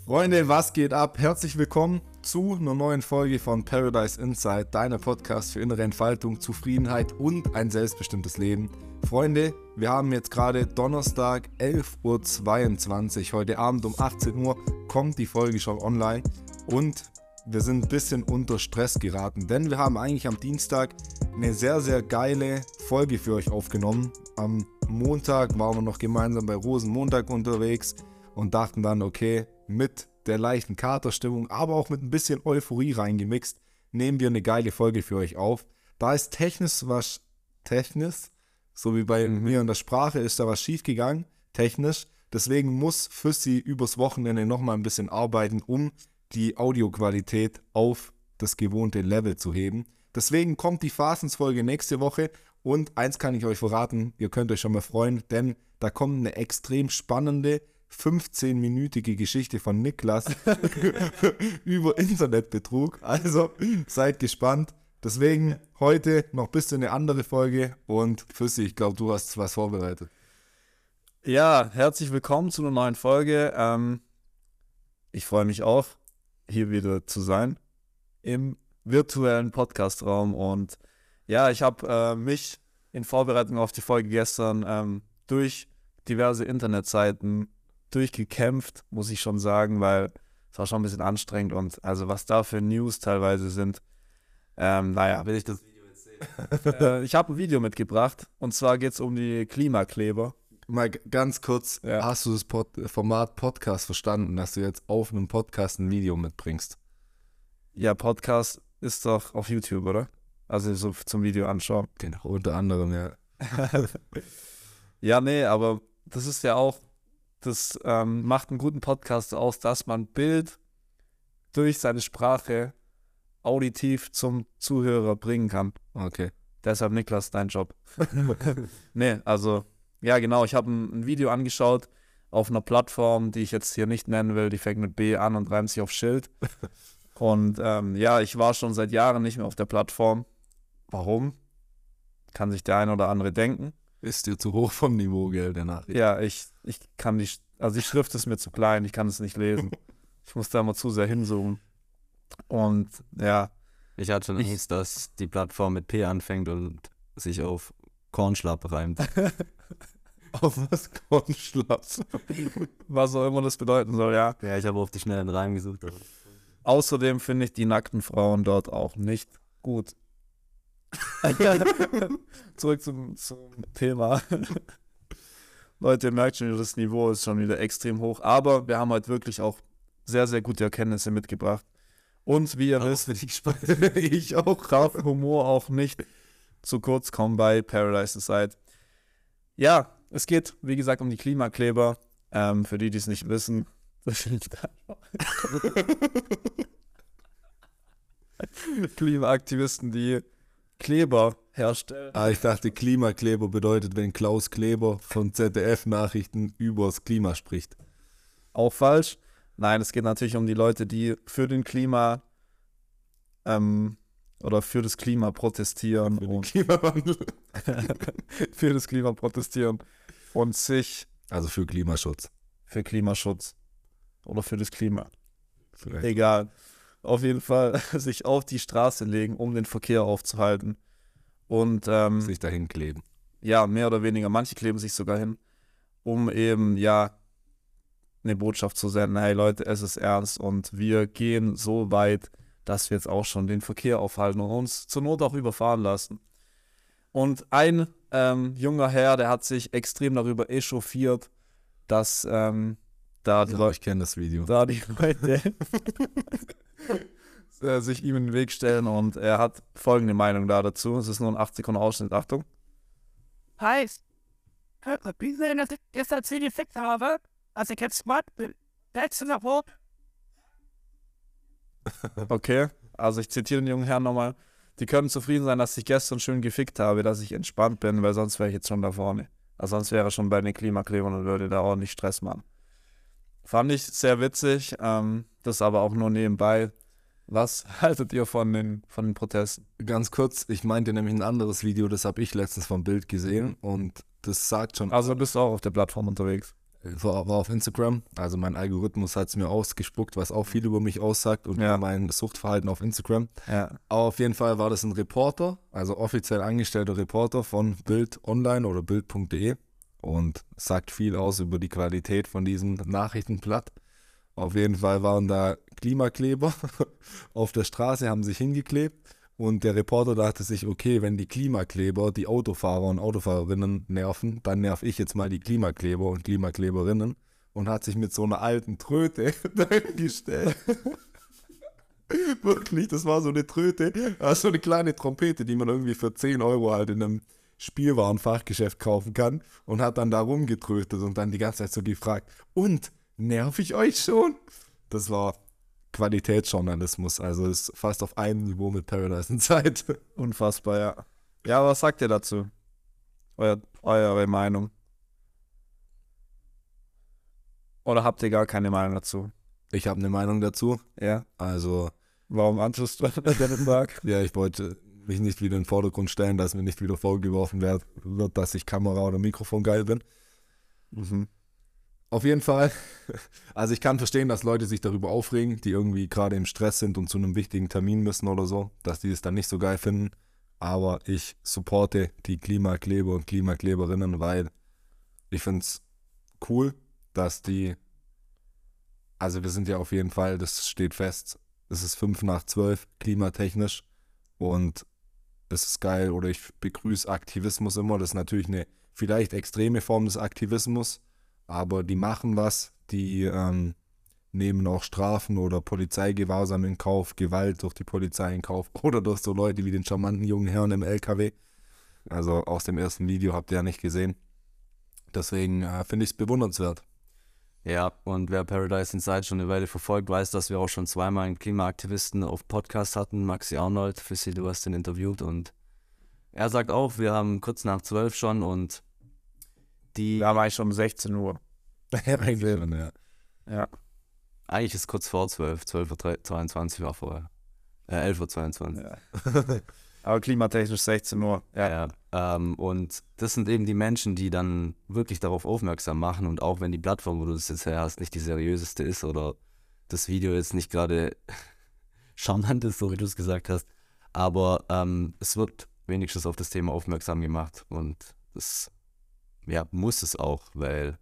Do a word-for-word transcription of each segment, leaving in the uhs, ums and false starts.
Freunde, was geht ab? Herzlich willkommen zu einer neuen Folge von Paradise Inside, deiner Podcast für innere Entfaltung, Zufriedenheit und ein selbstbestimmtes Leben. Freunde, wir haben jetzt gerade Donnerstag, elf Uhr zweiundzwanzig. Heute Abend um achtzehn Uhr kommt die Folge schon online und wir sind ein bisschen unter Stress geraten, denn wir haben eigentlich am Dienstag eine sehr, sehr geile Folge für euch aufgenommen. Am Montag waren wir noch gemeinsam bei Rosenmontag unterwegs und dachten dann, okay, mit der leichten Katerstimmung, aber auch mit ein bisschen Euphorie reingemixt, nehmen wir eine geile Folge für euch auf. Da ist technisch was, technisch, so wie bei mhm. mir in der Sprache, ist da was schief gegangen, technisch. Deswegen muss Füssi übers Wochenende nochmal ein bisschen arbeiten, um die Audioqualität auf das gewohnte Level zu heben. Deswegen kommt die Fastens-Folge nächste Woche und eins kann ich euch verraten, ihr könnt euch schon mal freuen, denn da kommt eine extrem spannende fünfzehnminütige Geschichte von Niklas über Internetbetrug. Also seid gespannt. Deswegen heute noch ein bisschen eine andere Folge und Füssi, ich glaube, du hast was vorbereitet. Ja, herzlich willkommen zu einer neuen Folge. Ähm, ich freue mich auch, hier wieder zu sein im virtuellen Podcastraum und ja, ich habe äh, mich in Vorbereitung auf die Folge gestern ähm, durch diverse Internetseiten durchgekämpft, muss ich schon sagen, weil es war schon ein bisschen anstrengend und also was da für News teilweise sind, ähm, naja, will ich das Video jetzt sehen. äh, ich habe ein Video mitgebracht und zwar geht es um die Klimakleber. Mal ganz kurz, ja. Hast du das Pod- Format Podcast verstanden, dass du jetzt auf einem Podcast ein Video mitbringst? Ja, Podcast ist doch auf YouTube, oder? Also so zum Video anschauen. Genau, unter anderem, ja. Ja, nee, aber das ist ja auch Das ähm, macht einen guten Podcast aus, dass man Bild durch seine Sprache auditiv zum Zuhörer bringen kann. Okay. Deshalb, Niklas, dein Job. Nee, also, ja genau, ich habe ein, ein Video angeschaut auf einer Plattform, die ich jetzt hier nicht nennen will, die fängt mit B an und reimt sich auf Schild. Und ähm, ja, ich war schon seit Jahren nicht mehr auf der Plattform. Warum? Kann sich der ein oder andere denken. Ist dir zu hoch vom Niveau, gell, der Nachricht? Ja, ich, ich kann die, also die Schrift ist mir zu klein, ich kann es nicht lesen. Ich muss da mal zu sehr hinzoomen. Und ja. Ich hatte schon Angst, dass die Plattform mit P anfängt und sich auf Kornschlapp reimt. Auf was Kornschlapp? Was auch immer das bedeuten soll, ja. Ja, ich habe auf die schnellen Reim gesucht. Aber. Außerdem finde ich die nackten Frauen dort auch nicht gut. Zurück zum, zum Thema. Leute, ihr merkt schon, das Niveau ist schon wieder extrem hoch, aber wir haben heute wirklich auch sehr, sehr gute Erkenntnisse mitgebracht. Und wie ihr wisst, ich, ich auch darf Humor auch nicht zu kurz kommen bei Paradise Inside. Ja, es geht, wie gesagt, um die Klimakleber. Ähm, für die, die es nicht wissen, das sind Klimaaktivisten, die Kleber herstellen. Ah, ich dachte, Klimakleber bedeutet, wenn Klaus Kleber von Z D F-Nachrichten übers Klima spricht. Auch falsch. Nein, es geht natürlich um die Leute, die für den Klima ähm, oder für das Klima protestieren. Für den Klimawandel. Für das Klima protestieren und sich... Also für Klimaschutz. Für Klimaschutz. Oder für das Klima. Vielleicht. Egal. Auf jeden Fall sich auf die Straße legen, um den Verkehr aufzuhalten. Und ähm, sich dahin kleben. Ja, mehr oder weniger. Manche kleben sich sogar hin, um eben, ja, eine Botschaft zu senden. Hey Leute, es ist ernst und wir gehen so weit, dass wir jetzt auch schon den Verkehr aufhalten und uns zur Not auch überfahren lassen. Und ein ähm, junger Herr, der hat sich extrem darüber echauffiert, dass ähm, da die ja, Leute... Ich kenne das Video. Da die Leute... sich ihm in den Weg stellen und er hat folgende Meinung da dazu. Es ist nur ein acht Sekunden Ausschnitt. Achtung. Heißt, wie sehen, dass ich gestern zehn Effekt habe, als ich jetzt smart bin. Letzte Woche. Okay, also ich zitiere den jungen Herrn nochmal. Die können zufrieden sein, dass ich gestern schön gefickt habe, dass ich entspannt bin, weil sonst wäre ich jetzt schon da vorne. Also sonst wäre er schon bei den Klimaklebern und würde da ordentlich Stress machen. Fand ich sehr witzig, ähm, das aber auch nur nebenbei. Was haltet ihr von den, von den Protesten? Ganz kurz, ich meinte nämlich ein anderes Video, das habe ich letztens vom Bild gesehen und das sagt schon... Also bist du auch auf der Plattform unterwegs? War, war auf Instagram, also mein Algorithmus hat es mir ausgespuckt, was auch viel über mich aussagt und Ja. über mein Suchtverhalten auf Instagram. Ja. Aber auf jeden Fall war das ein Reporter, also offiziell angestellter Reporter von Bild Online oder Bild punkt de und sagt viel aus über die Qualität von diesem Nachrichtenblatt. Auf jeden Fall waren da Klimakleber auf der Straße, haben sich hingeklebt und der Reporter dachte sich, okay, wenn die Klimakleber die Autofahrer und Autofahrerinnen nerven, dann nerv ich jetzt mal die Klimakleber und Klimakleberinnen und hat sich mit so einer alten Tröte dahingestellt. Wirklich, das war so eine Tröte, also so eine kleine Trompete, die man irgendwie für zehn Euro halt in einem Spielwarenfachgeschäft kaufen kann und hat dann da rumgetrötet und dann die ganze Zeit so gefragt, und nerv ich euch schon? Das war Qualitätsjournalismus, also ist fast auf einem Niveau mit Paradise Inside. Unfassbar, ja. Ja, was sagt ihr dazu? Euer, eure Meinung? Oder habt ihr gar keine Meinung dazu? Ich habe eine Meinung dazu, Ja. also Warum antwortest du den Tag? ja, ich wollte mich nicht wieder in den Vordergrund stellen, dass mir nicht wieder vorgeworfen wird, wird, dass ich Kamera oder Mikrofon geil bin. Mhm. Auf jeden Fall, also ich kann verstehen, dass Leute sich darüber aufregen, die irgendwie gerade im Stress sind und zu einem wichtigen Termin müssen oder so, dass die es dann nicht so geil finden. Aber ich supporte die Klimakleber und Klimakleberinnen, weil ich finde es cool, dass die, also wir sind ja auf jeden Fall, das steht fest, es ist fünf nach zwölf klimatechnisch und es ist geil oder ich begrüße Aktivismus immer. Das ist natürlich eine vielleicht extreme Form des Aktivismus, aber die machen was, die ähm, nehmen auch Strafen oder Polizeigewahrsam in Kauf, Gewalt durch die Polizei in Kauf oder durch so Leute wie den charmanten jungen Herrn im L K W. Also aus dem ersten Video habt ihr ja nicht gesehen. Deswegen äh, finde ich es bewundernswert. Ja, und wer Paradise Inside schon eine Weile verfolgt, weiß, dass wir auch schon zweimal einen Klimaaktivisten auf Podcast hatten, Maxi Arnold, Fissi, du hast den interviewt und er sagt auch, wir haben kurz nach zwölf schon und die, Wir haben eigentlich schon um sechzehn Uhr. ja. Ja. eigentlich ist kurz vor zwölf, zwölf Uhr zweiundzwanzig war vorher, äh, elf Uhr zweiundzwanzig. Ja. Aber klimatechnisch sechzehn Uhr. Ja, ja. Ähm, und das sind eben die Menschen, die dann wirklich darauf aufmerksam machen und auch wenn die Plattform, wo du das jetzt her hast, nicht die seriöseste ist oder das Video jetzt nicht gerade charmant ist, so wie du es gesagt hast, aber ähm, es wird wenigstens auf das Thema aufmerksam gemacht und das ja, muss es auch, weil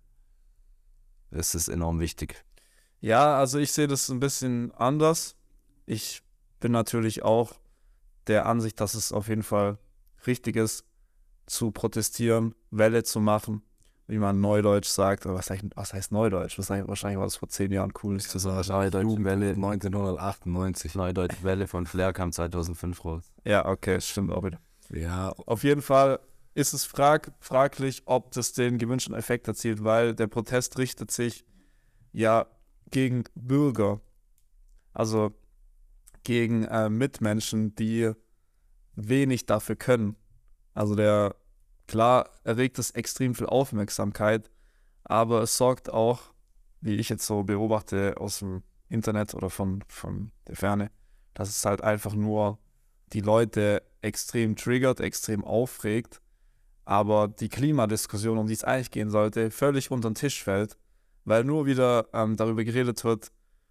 es ist enorm wichtig. Ja, also ich sehe das ein bisschen anders. Ich bin natürlich auch der Ansicht, dass es auf jeden Fall richtig ist, zu protestieren, Welle zu machen, wie man Neudeutsch sagt. Oder was heißt, was heißt Neudeutsch? Was heißt, wahrscheinlich war das vor zehn Jahren cool. Das war Neudeutsche Welle, neunzehnhundertachtundneunzig. Neudeutsche Welle von Flair kam zweitausendfünf raus. Ja, okay, stimmt auch wieder. Ja, Auf jeden Fall ist es frag, fraglich, ob das den gewünschten Effekt erzielt, weil der Protest richtet sich ja gegen Bürger, also gegen äh, Mitmenschen, die wenig dafür können. Also der, klar, erregt es extrem viel Aufmerksamkeit, aber es sorgt auch, wie ich jetzt so beobachte aus dem Internet oder von, von der Ferne, dass es halt einfach nur die Leute extrem triggert, extrem aufregt, aber die Klimadiskussion, um die es eigentlich gehen sollte, völlig unter den Tisch fällt, weil nur wieder ähm, darüber geredet wird,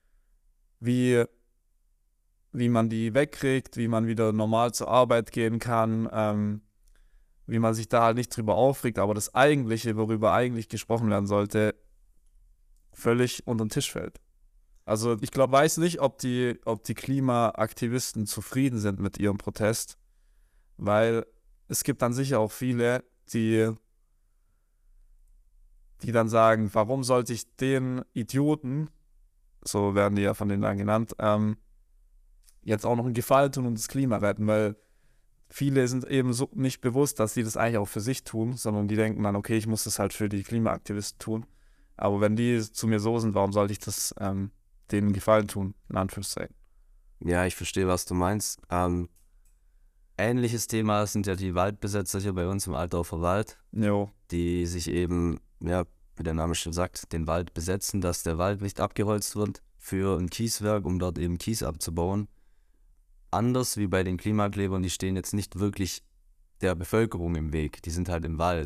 wie, wie man die wegkriegt, wie man wieder normal zur Arbeit gehen kann, ähm, wie man sich da halt nicht drüber aufregt, aber das Eigentliche, worüber eigentlich gesprochen werden sollte, völlig unter den Tisch fällt. Also ich glaube, weiß nicht, ob die, ob die Klimaaktivisten zufrieden sind mit ihrem Protest, weil es gibt dann sicher auch viele, die, die dann sagen, warum sollte ich den Idioten, so werden die ja von denen dann genannt, ähm, jetzt auch noch einen Gefallen tun und das Klima retten, weil viele sind eben so nicht bewusst, dass sie das eigentlich auch für sich tun, sondern die denken dann, okay, ich muss das halt für die Klimaaktivisten tun. Aber wenn die zu mir so sind, warum sollte ich das ähm, denen Gefallen tun, in Anführungszeichen? Ja, ich verstehe, was du meinst. Ähm, ähnliches Thema sind ja die Waldbesetzer hier bei uns im Altdorfer Wald, Jo. die sich eben, ja, wie der Name schon sagt, den Wald besetzen, dass der Wald nicht abgeholzt wird für ein Kieswerk, um dort eben Kies abzubauen. Anders wie bei den Klimaklebern, die stehen jetzt nicht wirklich der Bevölkerung im Weg, die sind halt im Wald.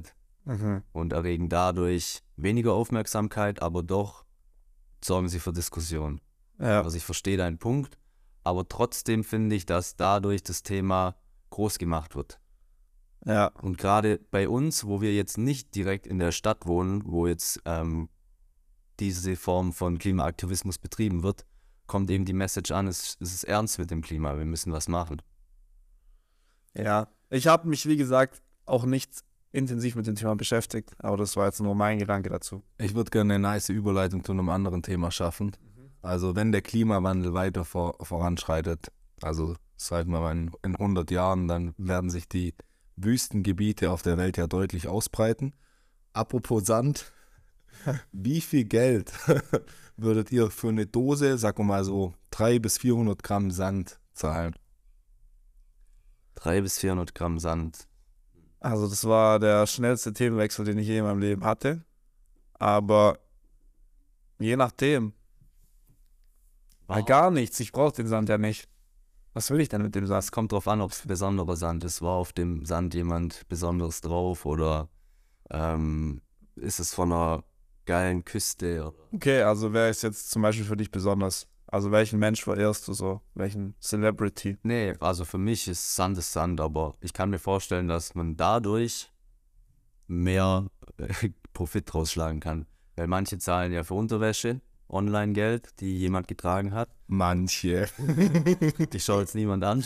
Mhm. und erregen dadurch weniger Aufmerksamkeit, aber doch sorgen sie für Diskussion. Ja. Also ich verstehe deinen Punkt, aber trotzdem finde ich, dass dadurch das Thema groß gemacht wird. Ja. Und gerade bei uns, wo wir jetzt nicht direkt in der Stadt wohnen, wo jetzt ähm, diese Form von Klimaaktivismus betrieben wird, kommt eben die Message an, es, es ist ernst mit dem Klima, wir müssen was machen. Ja. Ich habe mich, wie gesagt, auch nicht intensiv mit dem Thema beschäftigt, aber das war jetzt nur mein Gedanke dazu. Ich würde gerne eine nice Überleitung zu einem anderen Thema schaffen. Also wenn der Klimawandel weiter vor, voranschreitet, also sagen wir mal in, in hundert Jahren, dann werden sich die Wüstengebiete auf der Welt ja deutlich ausbreiten. Apropos Sand, wie viel Geld würdet ihr für eine Dose, sagen wir mal so, dreihundert bis vierhundert Gramm Sand zahlen? dreihundert bis vierhundert Gramm Sand. Also das war der schnellste Themenwechsel, den ich je in meinem Leben hatte. Aber je nachdem. Weil gar nichts, ich brauche den Sand ja nicht. Was will ich denn mit dem Sand? Es kommt drauf an, ob es besonderer Sand ist. War auf dem Sand jemand Besonderes drauf oder ähm, ist es von einer geilen Küste? Okay, also wer ist jetzt zum Beispiel für dich besonders? Also welchen Mensch verehrst du so? Welchen Celebrity? Nee, also für mich ist Sand ist Sand, aber ich kann mir vorstellen, dass man dadurch mehr äh, Profit rausschlagen kann. Weil manche zahlen ja für Unterwäsche Online-Geld, die jemand getragen hat. Manche. Die schaut jetzt niemand an.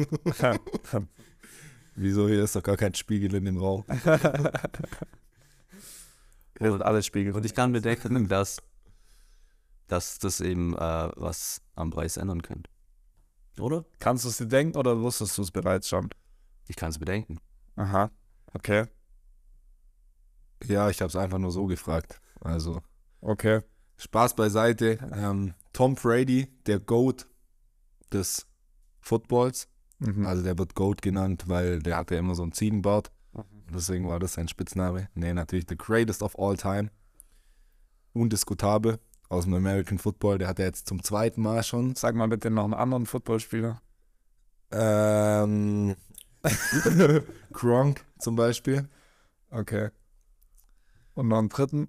Wieso, hier ist doch gar kein Spiegel in dem Raum. Hier sind alle Spiegel. Und ich kann mir denken, dass, dass das eben äh, was am Preis ändern könnte. Oder? Kannst du es dir denken oder wusstest du es bereits schon? Ich kann es bedenken. Aha, okay. Ja, ich habe es einfach nur so gefragt. Also Okay. Spaß beiseite. Ähm, Tom Brady, der GOAT des Footballs. Mhm. Also der wird GOAT genannt, weil der hatte immer so einen Ziegenbart. Deswegen war das sein Spitzname. Nee, natürlich the greatest of all time. Undiskutabel aus dem American Football. Der hat er jetzt zum zweiten Mal schon. Sag mal bitte noch einen anderen Footballspieler. Ähm, Gronk zum Beispiel. Okay. Und noch einen dritten.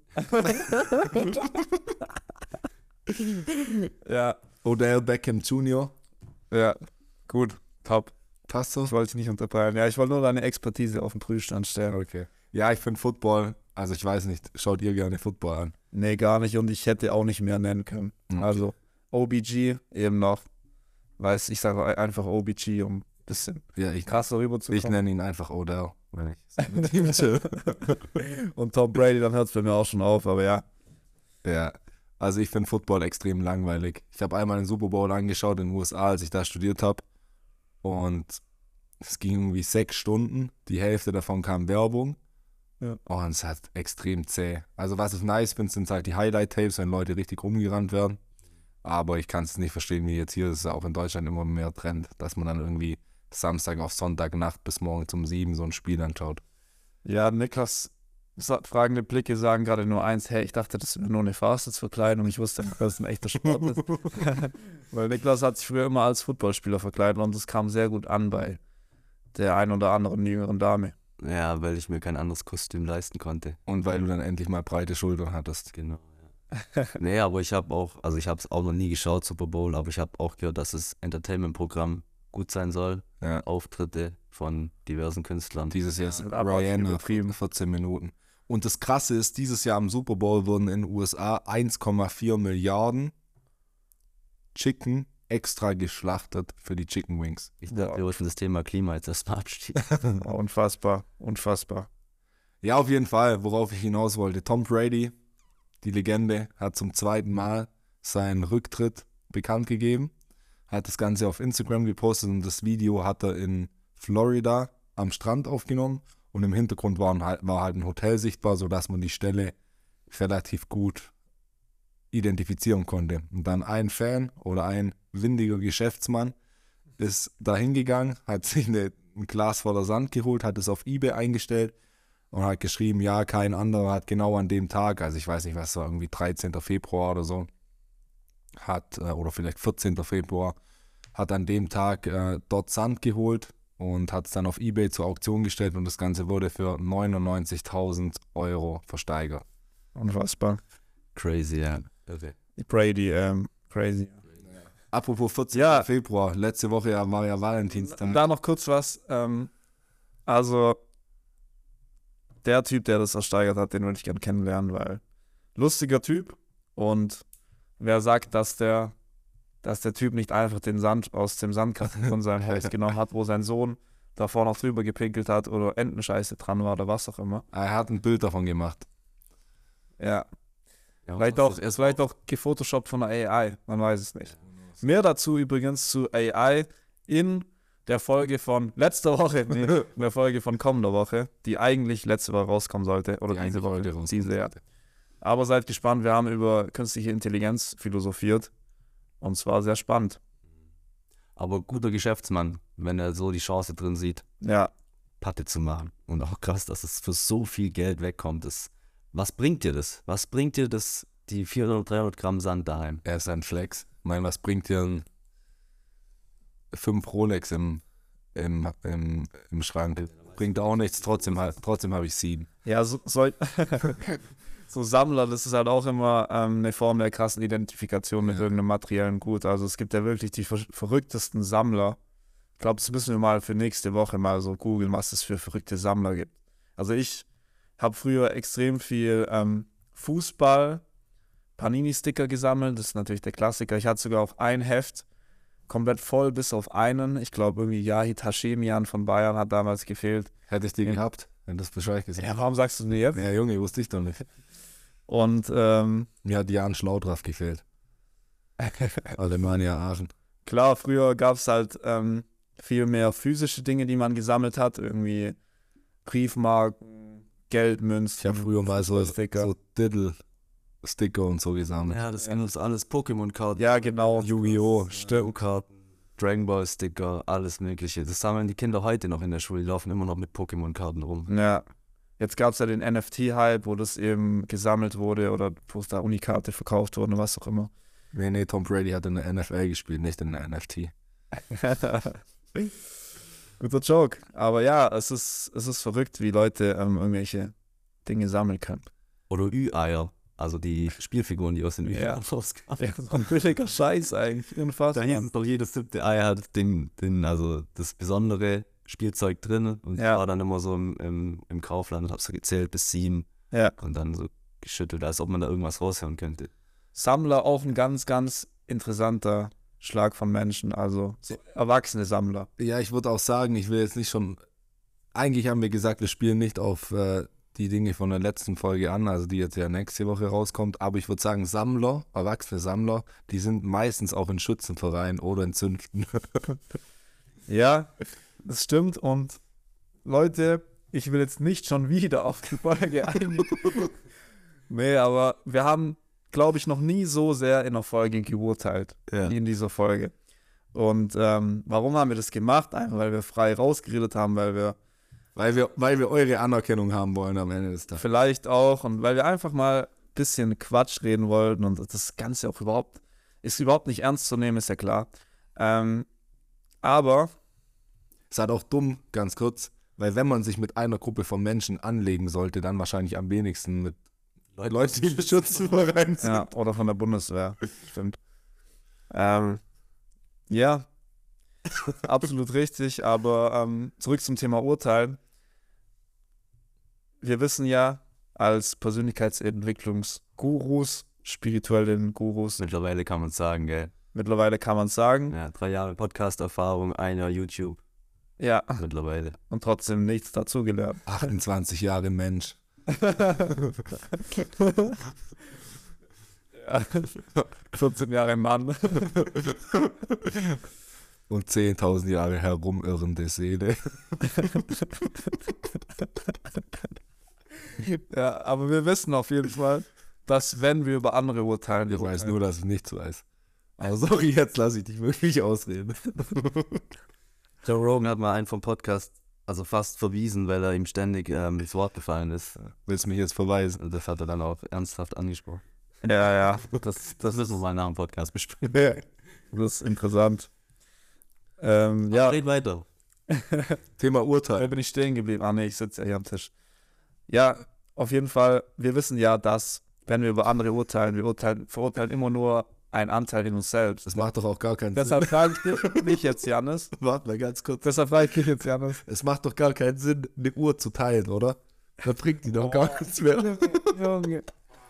Ja, Odell Beckham Junior ja, gut, top. Passt so? Ich wollte dich nicht unterbrechen. Ja, ich wollte nur deine Expertise auf den Prüfstand stellen. Okay. Ja, ich finde Football, also ich weiß nicht, schaut ihr gerne Football an? Nee, gar nicht. Und ich hätte auch nicht mehr nennen können. Okay. Also O B G eben noch. Weiß, ich sage einfach O B G, um ein bisschen Ja, ich, krasser ich rüberzukommen. nenne ihn einfach Odell, wenn ich mit ihm chill. Und Tom Brady, dann hört es bei mir auch schon auf, aber ja. Ja, also ich finde Football extrem langweilig. Ich habe einmal den Super Bowl angeschaut in den U S A, als ich da studiert habe. Und es ging irgendwie sechs Stunden. Die Hälfte davon kam Werbung. Ja. Oh, und es hat extrem zäh. Also was ich nice finde, sind halt die Highlight-Tapes, wenn Leute richtig rumgerannt werden. Aber ich kann es nicht verstehen, wie jetzt hier ist es auch in Deutschland immer mehr Trend, dass man dann irgendwie Samstag auf Sonntagnacht bis morgens um sieben so ein Spiel anschaut. Ja, Niklas, sa- fragende Blicke sagen gerade nur eins, hey, ich dachte, das wäre nur eine Fastest-Verkleidung. Ich wusste nicht, dass es ein echter Sport ist. Weil Niklas hat sich früher immer als Footballspieler verkleidet und das kam sehr gut an bei der ein oder anderen jüngeren Dame. Ja, weil ich mir kein anderes Kostüm leisten konnte. Und weil du dann endlich mal breite Schultern hattest. Genau, ja. Nee, aber ich habe auch, also ich habe es auch noch nie geschaut, Super Bowl, aber ich habe auch gehört, dass das Entertainment-Programm gut sein soll. Ja. Auftritte von diversen Künstlern. Dieses Jahr ist Ja, aber Rihanna übertrieben. vierzehn Minuten. Und das Krasse ist, dieses Jahr im Super Bowl wurden in den U S A eins Komma vier Milliarden Chicken extra geschlachtet für die Chicken Wings. Ich dachte, wir wollten das Thema Klima jetzt erstmal abschließen. Unfassbar, unfassbar. Ja, auf jeden Fall, worauf ich hinaus wollte. Tom Brady, die Legende, hat zum zweiten Mal seinen Rücktritt bekannt gegeben. Hat das Ganze auf Instagram gepostet und das Video hat er in Florida am Strand aufgenommen. Und im Hintergrund war halt, war halt ein Hotel sichtbar, sodass man die Stelle relativ gut identifizieren konnte. Und dann ein Fan oder ein windiger Geschäftsmann ist da hingegangen, hat sich eine, ein Glas voller Sand geholt, hat es auf eBay eingestellt und hat geschrieben, ja, kein anderer hat genau an dem Tag, also ich weiß nicht, was war, irgendwie dreizehnten Februar oder so, hat, äh, oder vielleicht vierzehnten Februar, hat an dem Tag äh, dort Sand geholt und hat es dann auf eBay zur Auktion gestellt und das Ganze wurde für neunundneunzigtausend Euro versteigert. Unfassbar. Crazy, ja. Okay. Brady, ähm, crazy. Apropos vierzehnten Ja. Februar, letzte Woche ja, war ja Valentinstag. Da noch kurz was. Ähm, also, der Typ, der das ersteigert hat, den würde ich gerne kennenlernen, weil lustiger Typ. Und wer sagt, dass der, dass der Typ nicht einfach den Sand aus dem Sandkasten von seinem Haus genommen hat, wo sein Sohn davor noch drüber gepinkelt hat oder Entenscheiße dran war oder was auch immer. Er hat ein Bild davon gemacht. Ja, Ja, vielleicht auch, ist vielleicht auch gefotoshoppt von der A I, man weiß es nicht. Mehr dazu übrigens zu A I in der Folge von letzter Woche, nee, in der Folge von kommender Woche, die eigentlich letzte Woche rauskommen sollte. Oder Die diese eigentlich Woche, heute rauskommen diese, ja. sollte. Aber seid gespannt, wir haben über künstliche Intelligenz philosophiert. Und zwar sehr spannend. Aber guter Geschäftsmann, wenn er so die Chance drin sieht, Ja, Patte zu machen. Und auch krass, dass es für so viel Geld wegkommt. Das, was bringt dir das? Was bringt dir das, die vierhundert, dreihundert Gramm Sand daheim? Er ist ein Flex. Ich meine, was bringt dir ein fünf Rolex im, im, im, im Schrank? Bringt auch nichts, trotzdem, halt- trotzdem habe ich sieben. ja so, so, so Sammler, das ist halt auch immer ähm, eine Form der krassen Identifikation mit Ja. irgendeinem materiellen Gut. Also es gibt ja wirklich die ver verrücktesten Sammler. Ich glaube, das müssen wir mal für nächste Woche mal so googeln, was es für verrückte Sammler gibt. Also ich habe früher extrem viel ähm, Fußball, Panini-Sticker gesammelt. Das ist natürlich der Klassiker. Ich hatte sogar auch ein Heft komplett voll, bis auf einen. Ich glaube, irgendwie Yahid Hashemian von Bayern hat damals gefehlt. Hätte ich die Ja. gehabt, wenn das Bescheid gesagt. Ja, warum sagst du mir jetzt? Ja, Junge, wusste ich doch nicht. Und ähm, Mir hat Jan Schlaudraff gefehlt. Alemannia Aachen. klar, früher gab es halt ähm, viel mehr physische Dinge, die man gesammelt hat. Irgendwie Briefmarken, Geldmünzen. Ich habe früher mal so, Sticker. so Diddle-Sticker und so gesammelt. Ja, das sind alles Pokémon-Karten. Ja, genau. Yu-Gi-Oh! Stimmt. Karten, Dragon Ball Sticker, alles mögliche. Das sammeln die Kinder heute noch in der Schule, die laufen immer noch mit Pokémon-Karten rum. Ja. Jetzt gab es ja den N F T-Hype, wo das eben gesammelt wurde oder wo es da Unikarte verkauft wurde, was auch immer. Nee, nee, Tom Brady hat in der N F L gespielt, nicht in der N F T. Guter Joke. Aber ja, es ist, es ist verrückt, wie Leute ähm, irgendwelche Dinge sammeln können. Oder Ü-Eier, also die Spielfiguren, die aus den Ja. Ü-Eiern rauskamen. Ja, so ein billiger Scheiß eigentlich. Unfassbar. Da ist doch jedes siebte Ei hat den, den, also das besondere Spielzeug drin und Ja. ich war dann immer so im, im, im Kaufland und hab so gezählt bis sieben Ja. und dann so geschüttelt, als ob man da irgendwas raushören könnte. Sammler auch ein ganz, ganz interessanter Schlag von Menschen, also so erwachsene Sammler. Ja, ich würde auch sagen, ich will jetzt nicht schon. Eigentlich haben wir gesagt, wir spielen nicht auf äh, die Dinge von der letzten Folge an, also die jetzt ja nächste Woche rauskommt. Aber ich würde sagen, Sammler, erwachsene Sammler, die sind meistens auch in Schützenvereinen oder in Zünften. Ja, das stimmt. Und Leute, ich will jetzt nicht schon wieder auf die Folge eingehen. Nee, aber wir haben, glaube ich, noch nie so sehr in der Folge geurteilt, Ja. wie in dieser Folge. Und ähm, warum haben wir das gemacht? Einfach, weil wir frei rausgeredet haben, weil wir Weil wir, weil wir eure Anerkennung haben wollen am Ende des Tages. vielleicht auch und weil wir einfach mal ein bisschen Quatsch reden wollten und das Ganze auch überhaupt, ist überhaupt nicht ernst zu nehmen, ist ja klar. Ähm, aber, Ist halt auch dumm, ganz kurz, weil wenn man sich mit einer Gruppe von Menschen anlegen sollte, dann wahrscheinlich am wenigsten mit Leute, Leuten, die im Schützenverein sind. ja, oder von der Bundeswehr, stimmt. Ähm, ja, absolut richtig, aber ähm, zurück zum Thema Urteilen. Wir wissen ja, als Persönlichkeitsentwicklungsgurus, spirituellen Gurus, mittlerweile kann man sagen, gell. mittlerweile kann man sagen, Ja, drei Jahre Podcast-Erfahrung, ein Jahr YouTube ja, mittlerweile. und trotzdem nichts dazugelernt. achtundzwanzig Jahre Mensch. Ja. vierzehn Jahre Mann. Und zehntausend Jahre herumirrende Seele. Ja, aber wir wissen auf jeden Fall, dass wenn wir über andere urteilen, Ich weiß urteilen. nur, dass ich nichts weiß. Aber sorry, jetzt lasse ich dich wirklich ausreden. Joe Rogan hat mal einen vom Podcast also fast verwiesen, weil er ihm ständig ähm, ins Wort gefallen ist. Willst du mich jetzt verweisen? Und das hat er dann auch ernsthaft angesprochen. Ja, ja, das, Das müssen wir mal nach dem Podcast besprechen. das ist interessant. Ähm, Ja. ja, Red weiter. Thema Da Urteil. bin ich stehen geblieben. Ah, nee, ich sitze ja hier am Tisch. Ja, auf jeden Fall, wir wissen ja, dass, wenn wir über andere urteilen, wir urteilen, verurteilen immer nur einen Anteil in uns selbst. Das macht doch auch gar keinen Deshalb frage ich dich, mich jetzt, Janis. Sinn. Warte mal ganz kurz. Deshalb frage ich dich jetzt, Janis. Es macht doch gar keinen Sinn, eine Uhr zu teilen, oder? Da bringt die doch gar nichts mehr. Junge.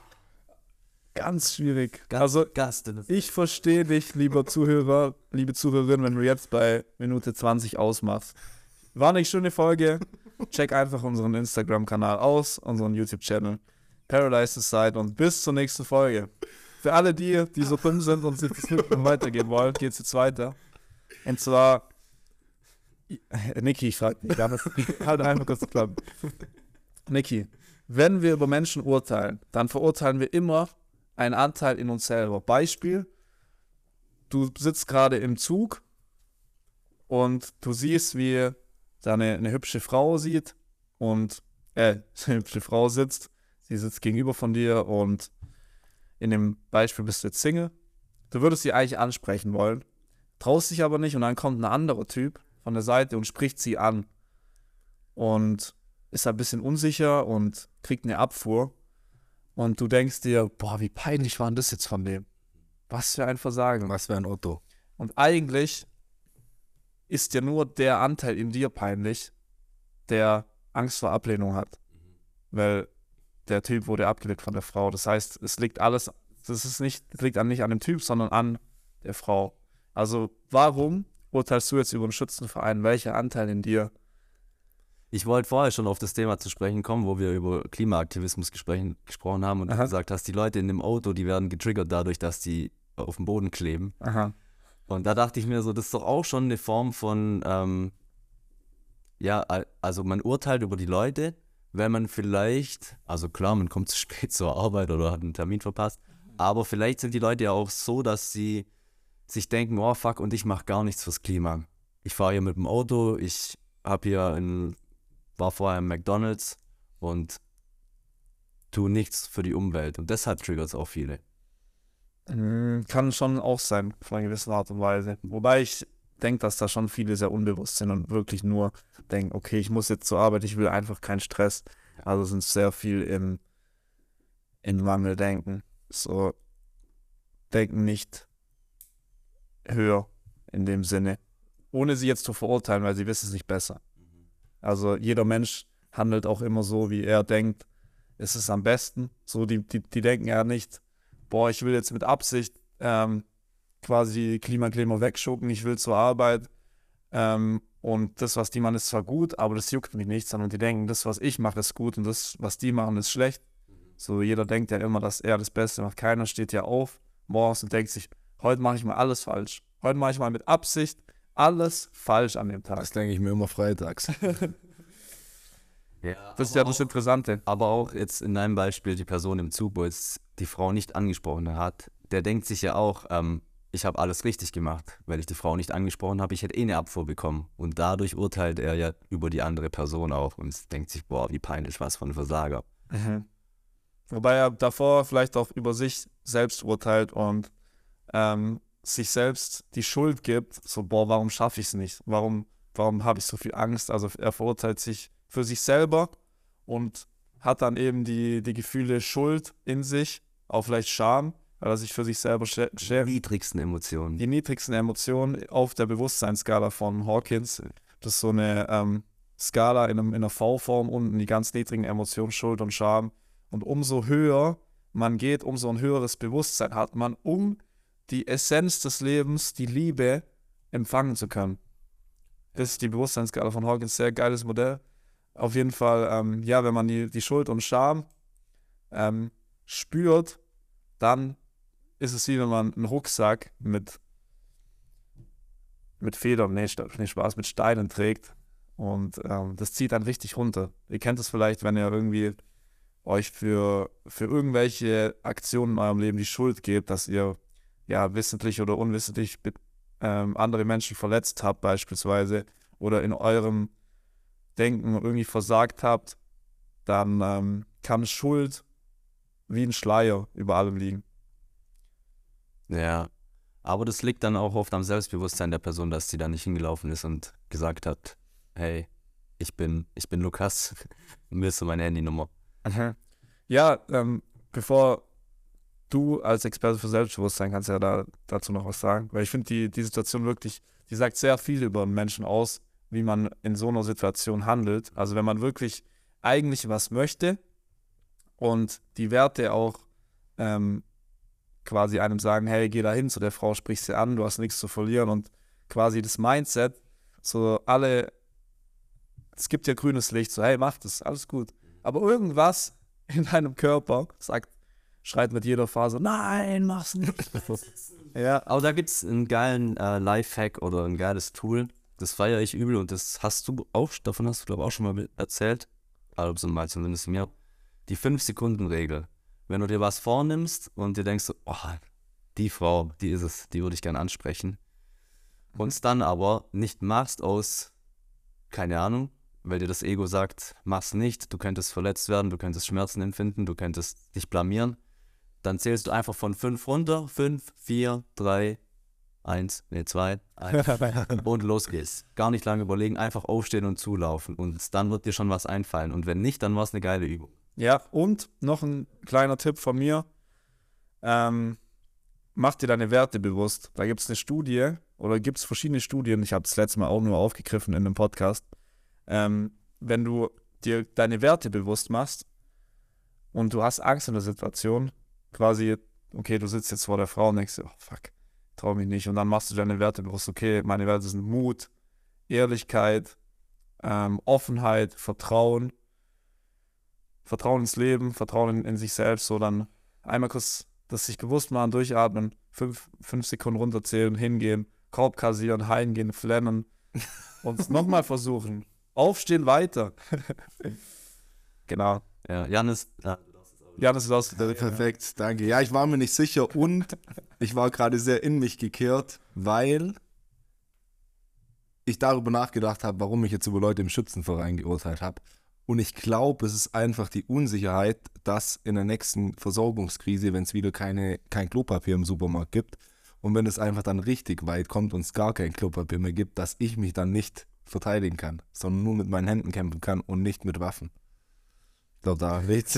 Ganz schwierig. Ganz, Also, Gast in ich verstehe dich, lieber Zuhörer, liebe Zuhörerin, wenn du jetzt bei Minute zwanzig ausmachst. War eine schöne Folge. Check einfach unseren Instagram-Kanal aus, unseren YouTube-Channel. Paradise Society und bis zur nächsten Folge. Für alle die, die so dumm sind und sich das nicht mehr weitergehen wollen, geht's jetzt weiter. Und zwar, Niki, ich frage dich, halt einfach kurz klappen. Niki, wenn wir über Menschen urteilen, dann verurteilen wir immer einen Anteil in uns selber. Beispiel, du sitzt gerade im Zug und du siehst, wie da eine, eine hübsche Frau sieht und, äh, eine hübsche Frau sitzt, sie sitzt gegenüber von dir und in dem Beispiel bist du jetzt Single. Du würdest sie eigentlich ansprechen wollen, traust dich aber nicht und dann kommt ein anderer Typ von der Seite und spricht sie an und ist ein bisschen unsicher und kriegt eine Abfuhr und du denkst dir, boah, wie peinlich war denn das jetzt von dem? Was für ein Versagen. Was für ein Otto. Und eigentlich ist dir nur der Anteil in dir peinlich, der Angst vor Ablehnung hat. Weil der Typ wurde abgelehnt von der Frau. Das heißt, es liegt alles, das ist nicht, das liegt an, nicht an dem Typ, sondern an der Frau. Also warum urteilst du jetzt über einen Schützenverein? Welcher Anteil in dir? Ich wollte vorher schon auf das Thema zu sprechen kommen, wo wir über Klimaaktivismus gesprochen, gesprochen haben und du Aha. gesagt hast, die Leute in dem Auto, die werden getriggert dadurch, dass die auf dem Boden kleben. Aha. Und da dachte ich mir so, das ist doch auch schon eine Form von, ähm, ja, al- also man urteilt über die Leute, wenn man vielleicht, also klar, man kommt zu spät zur Arbeit oder hat einen Termin verpasst, aber vielleicht sind die Leute ja auch so, dass sie sich denken, oh fuck, und ich mache gar nichts fürs Klima. Ich fahre hier mit dem Auto, ich habe hier ein, war vorher im McDonald's und tue nichts für die Umwelt. Und deshalb triggert es auch viele. Mm, Kann schon auch sein, von einer gewissen Art und Weise. Wobei ich denke, dass da schon viele sehr unbewusst sind und wirklich nur denken, okay, ich muss jetzt zur Arbeit, ich will einfach keinen Stress. Also sind sehr viel im, im Mangeldenken. So denken nicht höher in dem Sinne. Ohne sie jetzt zu verurteilen, weil sie wissen es nicht besser. Also jeder Mensch handelt auch immer so, wie er denkt, es ist am besten. So, die, die, die denken ja nicht, boah, ich will jetzt mit Absicht ähm, quasi Klimakleber wegschucken, ich will zur Arbeit ähm, und das, was die machen, ist zwar gut, aber das juckt mich nicht, sondern die denken, das, was ich mache, ist gut und das, was die machen, ist schlecht. So, jeder denkt ja immer, dass er das Beste macht. Keiner steht ja auf morgens und denkt sich, heute mache ich mal alles falsch. Heute mache ich mal mit Absicht alles falsch an dem Tag. Das denke ich mir immer freitags. Ja, Das ist ja das Interessante. aber auch jetzt in deinem Beispiel die Person im Zug, wo jetzt die Frau nicht angesprochen hat, der denkt sich ja auch, ähm, ich habe alles richtig gemacht, weil ich die Frau nicht angesprochen habe, ich hätte eh eine Abfuhr bekommen. Und dadurch urteilt er ja über die andere Person auch und denkt sich, boah, wie peinlich, was von ein Versager. Mhm. Wobei er davor vielleicht auch über sich selbst urteilt und ähm, sich selbst die Schuld gibt, so, boah, warum schaffe ich es nicht? Warum, warum habe ich so viel Angst? Also er verurteilt sich für sich selber und hat dann eben die, die Gefühle Schuld in sich, auch vielleicht Scham, weil er sich für sich selber schä- Die schämt. niedrigsten Emotionen. Die niedrigsten Emotionen auf der Bewusstseinsskala von Hawkins. Das ist so eine ähm, Skala in, einem, in einer V-Form unten, die ganz niedrigen Emotionen, Schuld und Scham. Und umso höher man geht, umso ein höheres Bewusstsein hat man, um die Essenz des Lebens, die Liebe, empfangen zu können. Das ist die Bewusstseinsskala von Hawkins, sehr geiles Modell. Auf jeden Fall, ähm, ja, wenn man die, die Schuld und Scham ähm, spürt, dann ist es wie wenn man einen Rucksack mit, mit Federn, nee, Sta- nee, Spaß, mit Steinen trägt. Und ähm, das zieht dann richtig runter. Ihr kennt es vielleicht, wenn ihr irgendwie euch für, für irgendwelche Aktionen in eurem Leben die Schuld gebt, dass ihr ja wissentlich oder unwissentlich be- ähm, andere Menschen verletzt habt beispielsweise oder in eurem Denken irgendwie versagt habt, dann ähm, kann Schuld wie ein Schleier über allem liegen. Ja, aber das liegt dann auch oft am Selbstbewusstsein der Person, dass sie da nicht hingelaufen ist und gesagt hat, hey, ich bin, ich bin Lukas, willst du meine Handynummer? Ja, ähm, bevor du als Experte für Selbstbewusstsein kannst ja da dazu noch was sagen, weil ich finde die, die Situation wirklich, die sagt sehr viel über einen Menschen aus, wie man in so einer Situation handelt. Also wenn man wirklich eigentlich was möchte und die Werte auch ähm, quasi einem sagen, hey, geh da hin zu der Frau, sprich sie an, du hast nichts zu verlieren und quasi das Mindset, so alle, es gibt ja grünes Licht, so hey, mach das, alles gut. Aber irgendwas in deinem Körper sagt, schreit mit jeder Phase, nein, mach's nicht. Ja, Aber da gibt es einen geilen äh, Lifehack oder ein geiles Tool, das feiere ich übel und das hast du auch, davon hast du glaube ich auch schon mal erzählt, also mal zumindest mir, die fünf Sekunden Regel. Wenn du dir was vornimmst und dir denkst, oh, die Frau, die ist es, die würde ich gerne ansprechen, und es dann aber nicht machst aus, keine Ahnung, weil dir das Ego sagt, mach's nicht, du könntest verletzt werden, du könntest Schmerzen empfinden, du könntest dich blamieren, dann zählst du einfach von fünf runter, fünf, vier, drei, eins, nee, zwei, eins und los geht's. Gar nicht lange überlegen, einfach aufstehen und zulaufen und dann wird dir schon was einfallen und wenn nicht, dann war es eine geile Übung. ja, und noch ein kleiner Tipp von mir, ähm, mach dir deine Werte bewusst. Da gibt es eine Studie, oder gibt es verschiedene Studien, ich habe das letzte Mal auch nur aufgegriffen in einem Podcast, ähm, wenn du dir deine Werte bewusst machst und du hast Angst in der Situation, quasi, okay, du sitzt jetzt vor der Frau und denkst dir, oh fuck, trau mich nicht, und dann machst du deine Werte bewusst, okay, meine Werte sind Mut, Ehrlichkeit, ähm, Offenheit, Vertrauen, Vertrauen ins Leben, Vertrauen in, in sich selbst, so dann einmal kurz das sich bewusst machen, durchatmen, fünf, fünf Sekunden runterzählen, hingehen, Korb kassieren, heimgehen, flennen und es nochmal versuchen. Aufstehen, weiter. Genau. Ja, Janis, ja, Ja, das ist aus. Perfekt, danke. Ja, ich war mir nicht sicher und ich war gerade sehr in mich gekehrt, weil ich darüber nachgedacht habe, warum ich jetzt über Leute im Schützenverein geurteilt habe. Und ich glaube, es ist einfach die Unsicherheit, dass in der nächsten Versorgungskrise, wenn es wieder keine, kein Klopapier im Supermarkt gibt und wenn es einfach dann richtig weit kommt und es gar kein Klopapier mehr gibt, dass ich mich dann nicht verteidigen kann, sondern nur mit meinen Händen kämpfen kann und nicht mit Waffen. Ich glaube, da weht's.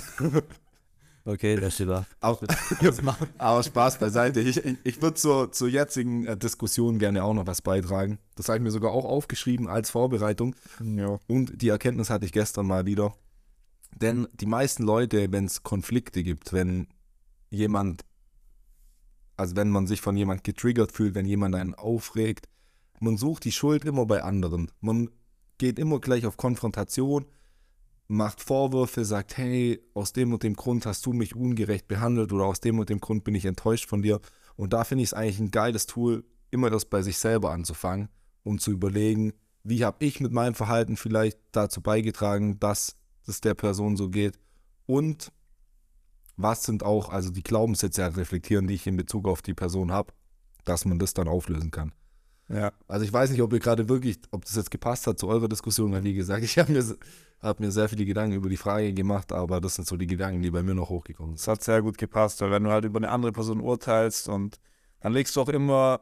okay, der steht da. Auch, aber Spaß beiseite. Ich, ich, ich würde zur, zur jetzigen äh, Diskussion gerne auch noch was beitragen. Das habe ich mir sogar auch aufgeschrieben als Vorbereitung. Ja. Und die Erkenntnis hatte ich gestern mal wieder. Denn die meisten Leute, wenn es Konflikte gibt, wenn jemand, also wenn man sich von jemand getriggert fühlt, wenn jemand einen aufregt, man sucht die Schuld immer bei anderen. Man geht immer gleich auf Konfrontation, macht Vorwürfe, sagt, hey, aus dem und dem Grund hast du mich ungerecht behandelt oder aus dem und dem Grund bin ich enttäuscht von dir. Und da finde ich es eigentlich ein geiles Tool, immer das bei sich selber anzufangen, um zu überlegen, wie habe ich mit meinem Verhalten vielleicht dazu beigetragen, dass es der Person so geht und was sind auch, also die Glaubenssätze reflektieren, die ich in Bezug auf die Person habe, dass man das dann auflösen kann. Ja. Also ich weiß nicht, ob ihr gerade wirklich, ob das jetzt gepasst hat zu eurer Diskussion, weil wie gesagt, ich habe mir, hab mir sehr viele Gedanken über die Frage gemacht, aber das sind so die Gedanken, die bei mir noch hochgekommen Das sind. hat sehr gut gepasst, weil wenn du halt über eine andere Person urteilst und dann legst du auch immer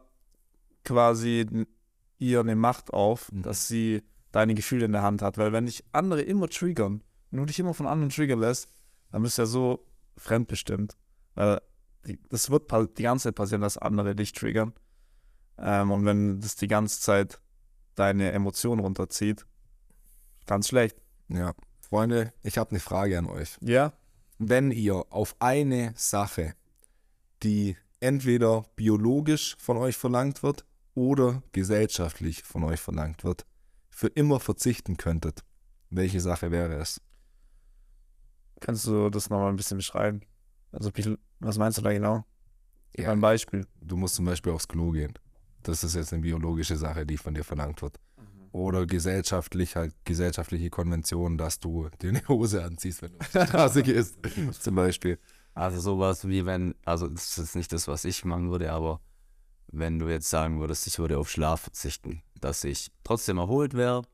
quasi ihr eine Macht auf, Mhm. dass sie deine Gefühle in der Hand hat, weil wenn dich andere immer triggern, wenn du dich immer von anderen triggern lässt, dann bist du ja so fremdbestimmt, weil die, das wird pa- die ganze Zeit passieren, dass andere dich triggern, ähm, und wenn das die ganze Zeit deine Emotionen runterzieht, ganz schlecht. Ja, Freunde, ich habe eine Frage an euch. Ja, Wenn ihr auf eine Sache, die entweder biologisch von euch verlangt wird oder gesellschaftlich von euch verlangt wird, für immer verzichten könntet, welche Sache wäre es? kannst du das nochmal ein bisschen beschreiben? Also wie- was meinst du da genau? Ja. Ein Beispiel. Du musst zum Beispiel aufs Klo gehen. Das ist jetzt eine biologische Sache, die von dir verlangt wird. Oder gesellschaftlich, halt gesellschaftliche Konvention, dass du dir eine Hose anziehst, wenn du auf die Straße gehst, zum Beispiel. Also sowas wie wenn, also das ist nicht das, was ich machen würde, aber wenn du jetzt sagen würdest, ich würde auf Schlaf verzichten, dass ich trotzdem erholt wäre,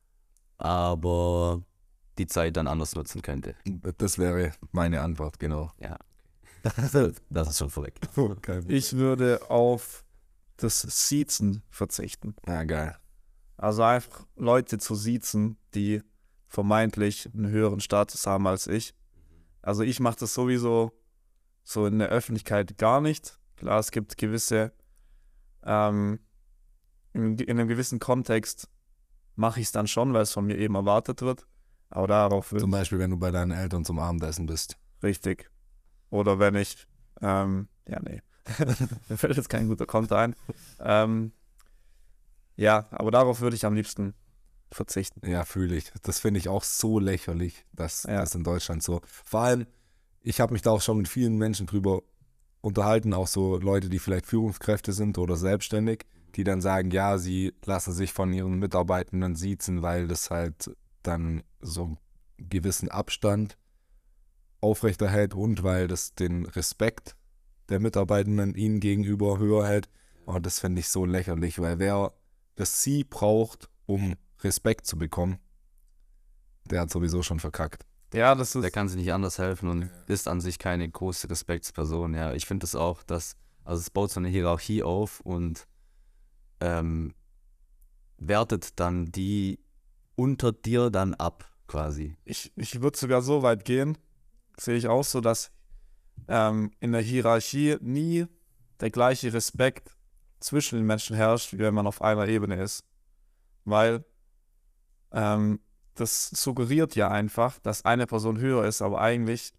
aber die Zeit dann anders nutzen könnte. Das wäre meine Antwort, genau. Ja. Das ist schon vorweg. Ich würde auf das Siezen verzichten. Na geil. Also einfach Leute zu siezen, die vermeintlich einen höheren Status haben als ich. Also ich mache das sowieso so in der Öffentlichkeit gar nicht. Klar, es gibt gewisse, ähm, in, in einem gewissen Kontext mache ich es dann schon, weil es von mir eben erwartet wird. Aber darauf will Zum Beispiel, wenn du bei deinen Eltern zum Abendessen bist. richtig. Oder wenn ich, ähm, ja, nee, mir fällt jetzt kein guter Konter ein. Ähm, ja, aber darauf würde ich am liebsten verzichten. Ja, fühle ich. Das finde ich auch so lächerlich, dass Ja. das in Deutschland so. Vor allem, ich habe mich da auch schon mit vielen Menschen drüber unterhalten, auch so Leute, die vielleicht Führungskräfte sind oder selbstständig, die dann sagen, ja, sie lassen sich von ihren Mitarbeitenden siezen, weil das halt dann so einen gewissen Abstand aufrechterhält und weil das den Respekt der Mitarbeitenden ihnen gegenüber höher hält. Und das finde ich so lächerlich, weil wer das Sie braucht, um Respekt zu bekommen, der hat sowieso schon verkackt. Ja, das ist, Der kann sich nicht anders helfen und ist an sich keine große Respektsperson. Ja, ich finde das auch, dass, also es baut so eine Hierarchie auf und ähm, wertet dann die unter dir dann ab, quasi. ich, ich würde sogar so weit gehen, sehe ich auch so, dass ähm, in der Hierarchie nie der gleiche Respekt zwischen den Menschen herrscht, wie wenn man auf einer Ebene ist. Weil ähm, das suggeriert ja einfach, dass eine Person höher ist, aber eigentlich,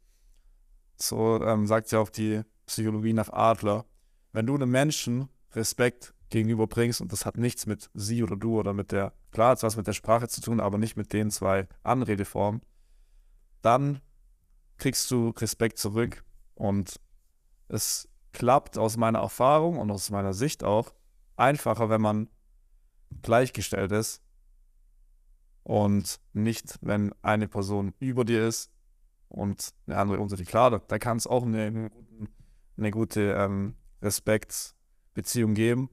so ähm, sagt ja auch die Psychologie nach Adler, wenn du einem Menschen Respekt gegenüberbringst und das hat nichts mit sie oder du oder mit der, klar, hat was mit der Sprache zu tun, aber nicht mit den zwei Anredeformen, dann kriegst du Respekt zurück und es klappt aus meiner Erfahrung und aus meiner Sicht auch einfacher, wenn man gleichgestellt ist und nicht, wenn eine Person über dir ist und eine andere unter dir. Klar, da, da kann es auch eine, eine, eine gute ähm, Respektsbeziehung geben.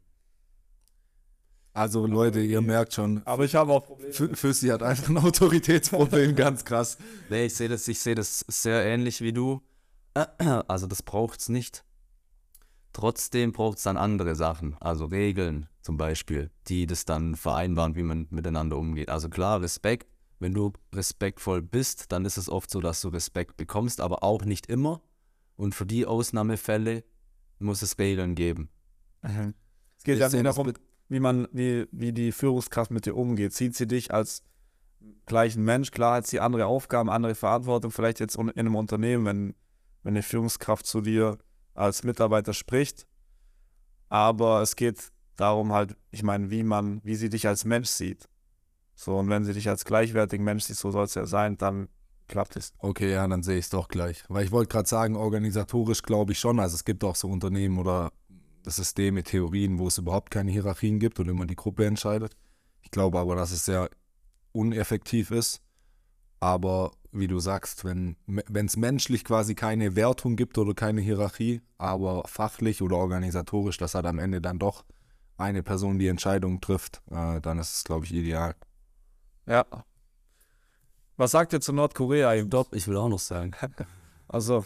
Also Leute, ihr merkt schon, Aber ich habe auch Probleme. F- Füssi hat einfach ein Autoritätsproblem, ganz krass. Nee, ich sehe das, ich sehe das sehr ähnlich wie du. Also das braucht's nicht. Trotzdem braucht es dann andere Sachen, also Regeln zum Beispiel, die das dann vereinbaren, wie man miteinander umgeht. Also klar, Respekt, wenn du respektvoll bist, dann ist es oft so, dass du Respekt bekommst, aber auch nicht immer. Und für die Ausnahmefälle muss es Regeln geben. Mhm. Es geht Ich ja sehe nur das darum, mit- wie man, wie, wie die Führungskraft mit dir umgeht. Sieht sie dich als gleichen Mensch? Klar hat sie andere Aufgaben, andere Verantwortung, vielleicht jetzt in einem Unternehmen, wenn, wenn eine Führungskraft zu dir als Mitarbeiter spricht. Aber es geht darum halt, ich meine, wie man, wie sie dich als Mensch sieht. So, und wenn sie dich als gleichwertigen Mensch sieht, so soll es ja sein, dann klappt es. Okay, ja, dann sehe ich es doch gleich. Weil ich wollte gerade sagen, organisatorisch glaube ich schon, also es gibt auch so Unternehmen oder Systeme, Theorien, wo es überhaupt keine Hierarchien gibt und immer die Gruppe entscheidet. Ich glaube aber, dass es sehr uneffektiv ist. Aber wie du sagst, wenn es menschlich quasi keine Wertung gibt oder keine Hierarchie, aber fachlich oder organisatorisch, dass halt am Ende dann doch eine Person die Entscheidung trifft, äh, dann ist es, glaube ich, ideal. Ja. Was sagt ihr zu Nordkorea eben? Stopp, ich will auch noch sagen. Also,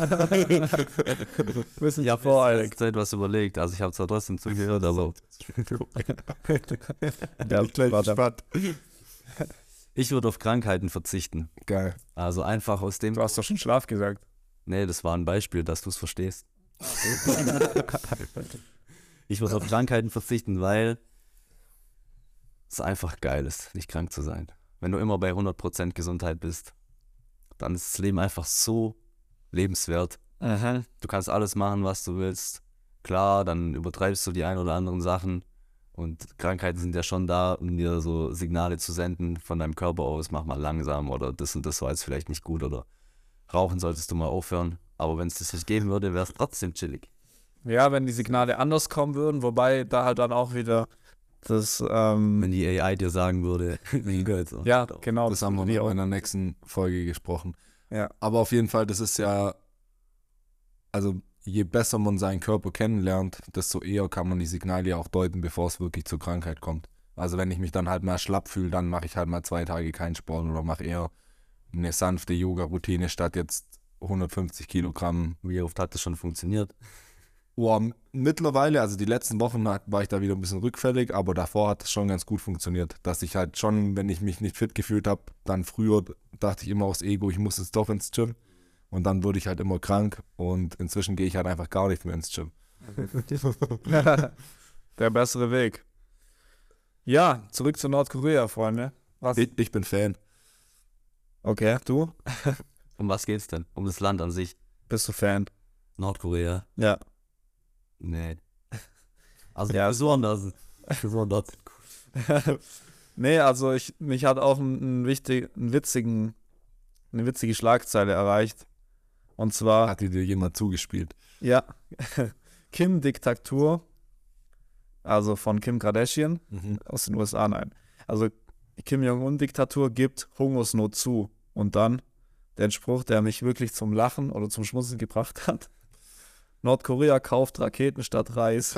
wissen Ich ja habe voreilig. Zeit was überlegt, also ich habe zwar trotzdem zugehört, aber Ja, warte. ich würde auf Krankheiten verzichten. Geil. Also einfach aus dem... Du hast doch schon Schlaf gesagt. Nee, das war ein Beispiel, dass du es verstehst. Ich würde auf Krankheiten verzichten, weil es einfach geil ist, nicht krank zu sein. Wenn du immer bei hundert Prozent Gesundheit bist, dann ist das Leben einfach so lebenswert. Du kannst alles machen, was du willst. Klar, dann übertreibst du die ein oder anderen Sachen. Und Krankheiten sind ja schon da, um dir so Signale zu senden von deinem Körper aus, mach mal langsam oder das und das war jetzt vielleicht nicht gut oder rauchen solltest du mal aufhören. Aber wenn es das nicht geben würde, wäre es trotzdem chillig. Ja, wenn die Signale anders kommen würden, wobei da halt dann auch wieder das, ähm, Wenn die A I dir sagen würde, wie geht's? ja, genau. Das haben wir die noch auch. in der nächsten Folge gesprochen. Ja. Aber auf jeden Fall, das ist ja, also je besser man seinen Körper kennenlernt, desto eher kann man die Signale ja auch deuten, bevor es wirklich zur Krankheit kommt. Also wenn ich mich dann halt mal schlapp fühle, dann mache ich halt mal zwei Tage keinen Sport oder mache eher eine sanfte Yoga-Routine statt jetzt hundertfünfzig Kilogramm. Wie oft hat das schon funktioniert? Oh, m- mittlerweile, also die letzten Wochen hat, war ich da wieder ein bisschen rückfällig, aber davor hat es schon ganz gut funktioniert. Dass ich halt schon, wenn ich mich nicht fit gefühlt habe, dann früher dachte ich immer aus Ego, ich muss jetzt doch ins Gym. Und dann wurde ich halt immer krank und inzwischen gehe ich halt einfach gar nicht mehr ins Gym. Der bessere Weg. Ja, zurück zu Nordkorea, Freunde. Was? Ich, ich bin Fan. Okay, du? Um was geht's denn? Um das Land an sich? Bist du Fan? Nordkorea? Ja. Nee. Also Ja, besonders. Besonders. Nee, also ich, mich hat auch ein, ein wichtig, einen witzigen, eine witzige Schlagzeile erreicht. Und zwar, Hat dir jemand zugespielt? ja, Kim-Diktatur, also von Kim Kardashian Mhm. aus den U S A, nein. Also Kim Jong-un-Diktatur gibt Hungersnot zu. Und dann der Spruch, der mich wirklich zum Lachen oder zum Schmunzeln gebracht hat. Nordkorea kauft Raketen statt Reis.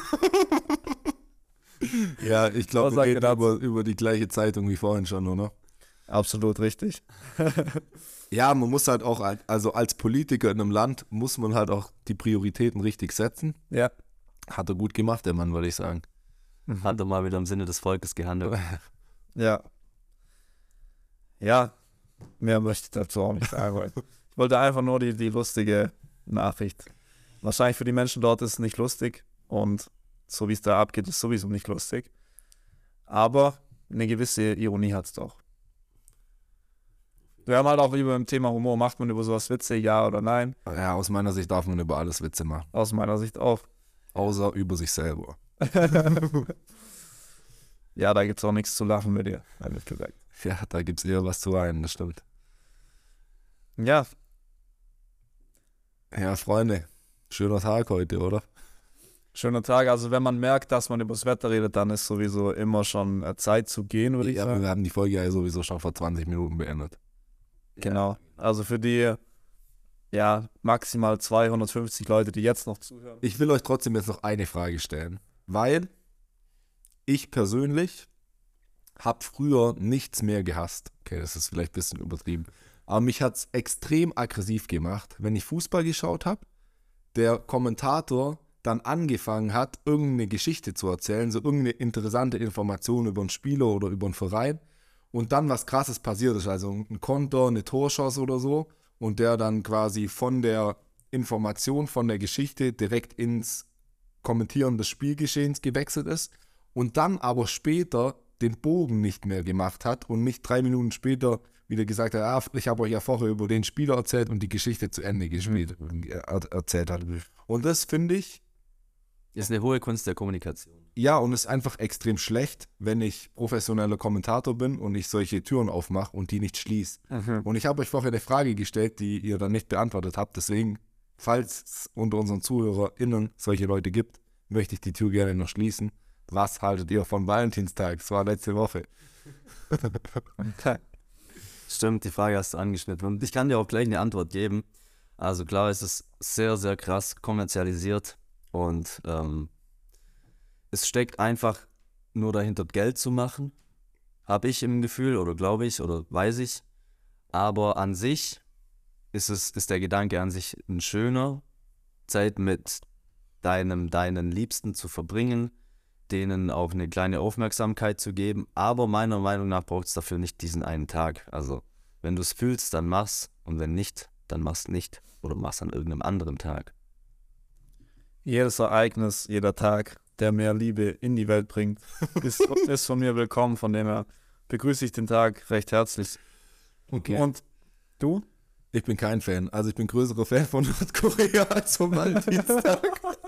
Ja, ich glaube, Was wir sagt ihr reden dazu? über, über die gleiche Zeitung wie vorhin schon, oder? Absolut richtig. Ja, man muss halt auch, als- also als Politiker in einem Land, muss man halt auch die Prioritäten richtig setzen. Ja. Hat er gut gemacht, der Mann, würde ich sagen. Hat er mal wieder im Sinne des Volkes gehandelt. Ja. Ja, mehr möchte ich dazu auch nicht sagen. Heute. Ich wollte einfach nur die, die lustige Nachricht. Wahrscheinlich für die Menschen dort ist es nicht lustig und so wie es da abgeht, ist sowieso nicht lustig. Aber eine gewisse Ironie hat es doch. Wir haben halt auch über dem Thema Humor, macht man über sowas Witze, ja oder nein? Ja, aus meiner Sicht darf man über alles Witze machen. Aus meiner Sicht auch. Außer über sich selber. Ja, da gibt es auch nichts zu lachen mit dir, ehrlich gesagt. Ja, da gibt es eher was zu weinen, das stimmt. Ja, Ja, Freunde, schöner Tag heute, oder? schöner Tag. Also wenn man merkt, dass man über das Wetter redet, dann ist sowieso immer schon äh, Zeit zu gehen, würde ich Ja, sagen. wir haben die Folge ja sowieso schon vor zwanzig Minuten beendet. Genau. Also für die, ja, maximal zweihundertfünfzig Leute, die jetzt noch zuhören. Ich will euch trotzdem jetzt noch eine Frage stellen, weil ich persönlich habe früher nichts mehr gehasst. Okay, das ist vielleicht ein bisschen übertrieben. Aber mich hat es extrem aggressiv gemacht, wenn ich Fußball geschaut habe, der Kommentator dann angefangen hat, irgendeine Geschichte zu erzählen, so irgendeine interessante Information über einen Spieler oder über einen Verein und dann was Krasses passiert ist, also ein Konter, eine Torschuss oder so und der dann quasi von der Information, von der Geschichte direkt ins Kommentieren des Spielgeschehens gewechselt ist und dann aber später den Bogen nicht mehr gemacht hat und nicht drei Minuten später wieder gesagt hat, ah, ich habe euch ja vorher über den Spieler erzählt und die Geschichte zu Ende gespielt, er, erzählt hat. Und das finde ich, Ist eine hohe Kunst der Kommunikation. ja, und es ist einfach extrem schlecht, wenn ich professioneller Kommentator bin und ich solche Türen aufmache und die nicht schließe. Und ich habe euch vorher eine Frage gestellt, die ihr dann nicht beantwortet habt. Deswegen, falls es unter unseren ZuhörerInnen solche Leute gibt, möchte ich die Tür gerne noch schließen. Was haltet ihr von Valentinstag? Das war letzte Woche. Stimmt, die Frage hast du angeschnitten. Und ich kann dir auch gleich eine Antwort geben. Also klar, es ist sehr, sehr krass kommerzialisiert und ähm, es steckt einfach nur dahinter, Geld zu machen. Habe ich im Gefühl oder glaube ich oder weiß ich. Aber an sich ist es, ist der Gedanke an sich ein schöner, Zeit mit deinem, deinen Liebsten zu verbringen, denen auch eine kleine Aufmerksamkeit zu geben. Aber meiner Meinung nach braucht es dafür nicht diesen einen Tag. Also wenn du es fühlst, dann mach's. Und wenn nicht, dann mach's nicht. Oder mach's an irgendeinem anderen Tag. Jedes Ereignis, jeder Tag, der mehr Liebe in die Welt bringt, ist, ist von mir willkommen. Von dem her begrüße ich den Tag recht herzlich. Okay. Und du? Ich bin kein Fan. Also ich bin größerer Fan von Nordkorea als vom Valentinstag.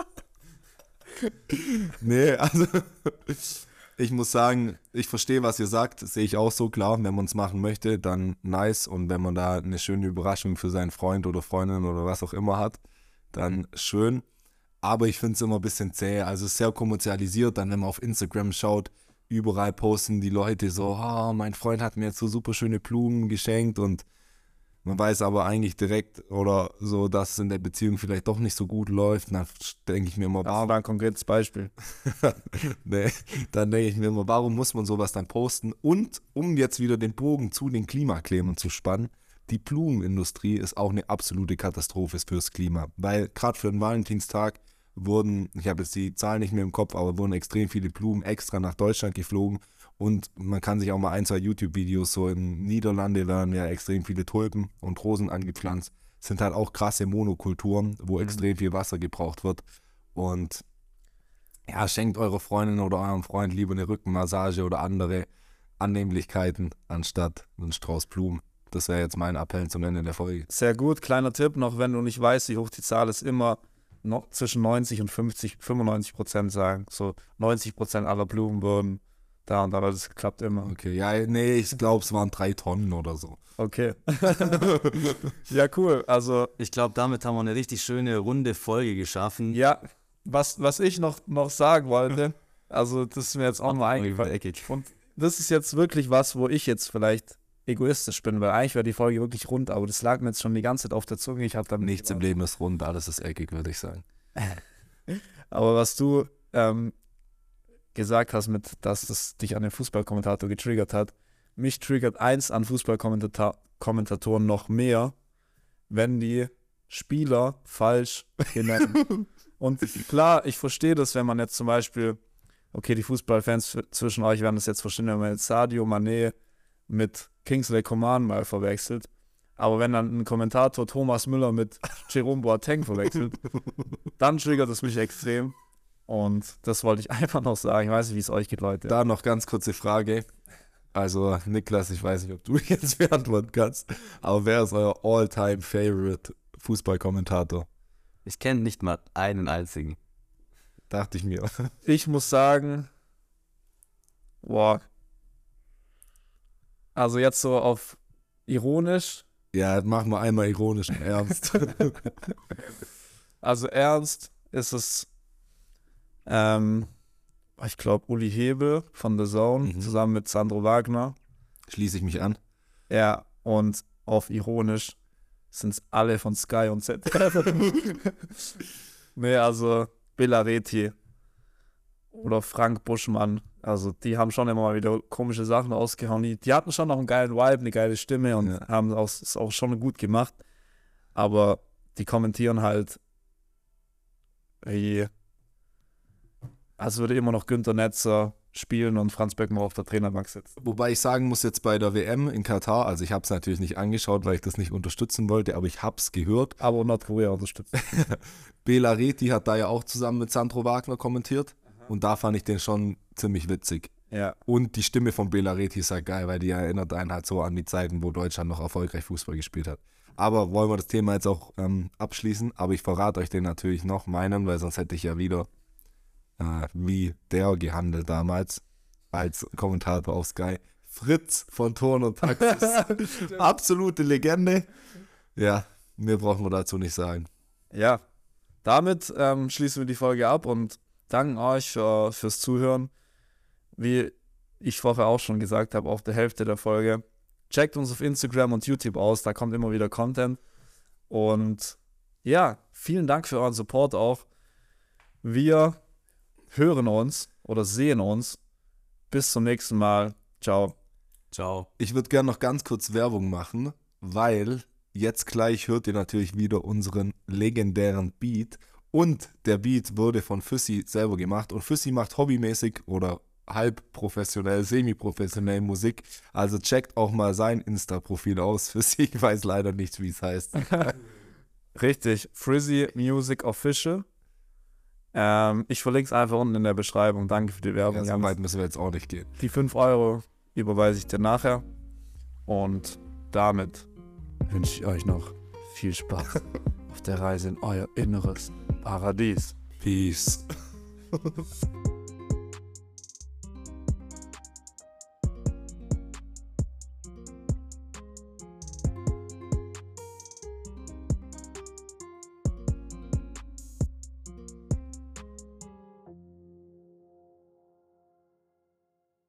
Nee, also ich muss sagen, ich verstehe, was ihr sagt. Das sehe ich auch so, klar. Wenn man es machen möchte, dann nice. Und wenn man da eine schöne Überraschung für seinen Freund oder Freundin oder was auch immer hat, dann schön. Aber ich finde es immer ein bisschen zäh. Also es ist sehr kommerzialisiert. Dann, wenn man auf Instagram schaut, überall posten die Leute so, oh, mein Freund hat mir jetzt so super schöne Blumen geschenkt und man weiß aber eigentlich direkt oder so, dass es in der Beziehung vielleicht doch nicht so gut läuft. Dann denke ich mir immer, Ah, warum, da ein konkretes Beispiel. nee, dann denke ich mir immer, warum muss man sowas dann posten? Und um jetzt wieder den Bogen zu den Klimakleber zu spannen, die Blumenindustrie ist auch eine absolute Katastrophe fürs Klima. Weil gerade für den Valentinstag wurden, ich habe jetzt die Zahlen nicht mehr im Kopf, aber wurden extrem viele Blumen extra nach Deutschland geflogen. Und man kann sich auch mal ein, zwei YouTube-Videos so in Niederlande werden ja extrem viele Tulpen und Rosen angepflanzt. Das sind halt auch krasse Monokulturen, wo Mhm. extrem viel Wasser gebraucht wird. Und ja, schenkt eurer Freundin oder eurem Freund lieber eine Rückenmassage oder andere Annehmlichkeiten anstatt einen Strauß Blumen. Das wäre jetzt mein Appell zum Ende der Folge. Sehr gut, kleiner Tipp noch, wenn du nicht weißt, wie hoch die Zahl ist, immer noch zwischen neunzig und fünfzig, fünfundneunzig Prozent sagen. So neunzig Prozent aller Blumen würden da und da, aber das klappt immer. Okay, ja, nee, ich glaube, es waren drei Tonnen oder so. Okay. Ja, cool. Also, Ich glaube, damit haben wir eine richtig schöne, runde Folge geschaffen. ja, was, was ich noch, noch sagen wollte, also das ist mir jetzt auch mal eingefallen. Eckig. Und das ist jetzt wirklich was, wo ich jetzt vielleicht egoistisch bin, weil eigentlich wäre die Folge wirklich rund, aber das lag mir jetzt schon die ganze Zeit auf der Zunge. Ich habe damit Nichts im Leben ist rund, alles ist eckig, würde ich sagen. Aber was du ähm, gesagt hast, mit, dass das dich an den Fußballkommentator getriggert hat, mich triggert eins an Fußballkommentatoren noch mehr, wenn die Spieler falsch benennen. Und klar, ich verstehe das, wenn man jetzt zum Beispiel, okay, die Fußballfans zwischen euch werden das jetzt verstehen, wenn man jetzt Sadio Mané mit Kingsley Coman mal verwechselt. Aber wenn dann ein Kommentator Thomas Müller mit Jerome Boateng verwechselt, dann triggert es mich extrem. Und das wollte ich einfach noch sagen. Ich weiß nicht, wie es euch geht, Leute. Da noch ganz kurze Frage. Also, Niklas, ich weiß nicht, ob du jetzt beantworten kannst, aber wer ist euer All-Time-Favorite Fußballkommentator? Ich kenne nicht mal einen einzigen. Dachte ich mir. Ich muss sagen, boah, also jetzt so auf ironisch, Ja, machen wir einmal ironisch und ernst. also ernst ist es, ähm, ich glaube, Uli Hebel von The Zone Mhm. zusammen mit Sandro Wagner. Schließe ich mich an. Ja, und auf ironisch sind es alle von Sky und Z. Nee, also Bela Reti oder Frank Buschmann, also die haben schon immer mal wieder komische Sachen ausgehauen. Die, die hatten schon noch einen geilen Vibe, eine geile Stimme und Ja. haben auch, es auch schon gut gemacht. Aber die kommentieren halt wie, als würde immer noch Günther Netzer spielen und Franz Beckenbauer auf der Trainerbank sitzt. Wobei ich sagen muss, jetzt bei der W M in Katar, also ich habe es natürlich nicht angeschaut, weil ich das nicht unterstützen wollte, aber ich habe es gehört. Aber Nordkorea unterstützt. Bela Reti hat da ja auch zusammen mit Sandro Wagner kommentiert und da fand ich den schon ziemlich witzig. Ja. Und die Stimme von Bela Reti ist halt geil, weil die erinnert einen halt so an die Zeiten, wo Deutschland noch erfolgreich Fußball gespielt hat. Aber wollen wir das Thema jetzt auch ähm, abschließen, aber ich verrate euch den natürlich noch, meinen, weil sonst hätte ich ja wieder äh, wie der gehandelt damals als Kommentator auf Sky. Fritz von Turn und Taxis. Absolute Legende. Ja, mehr brauchen wir dazu nicht sagen. Ja, damit ähm, schließen wir die Folge ab und danken euch für, fürs Zuhören. Wie ich vorher auch schon gesagt habe, auf der Hälfte der Folge. Checkt uns auf Instagram und YouTube aus, da kommt immer wieder Content. Und ja, vielen Dank für euren Support auch. Wir hören uns oder sehen uns. Bis zum nächsten Mal. Ciao. Ciao. Ich würde gerne noch ganz kurz Werbung machen, weil jetzt gleich hört ihr natürlich wieder unseren legendären Beat. Und der Beat wurde von Füssi selber gemacht. Und Füssi macht hobbymäßig oder halb professionell, semi-professionell Musik. Also checkt auch mal sein Insta-Profil aus. Füssi, ich weiß leider nicht, wie es heißt. Richtig, Frizzy Music Official. Ähm, ich verlinke es einfach unten in der Beschreibung. Danke für die Werbung. Ja, so weit müssen wir jetzt auch nicht gehen. Die fünf Euro überweise ich dir nachher. Und damit wünsche ich euch noch viel Spaß auf der Reise in euer inneres Paradies. Peace.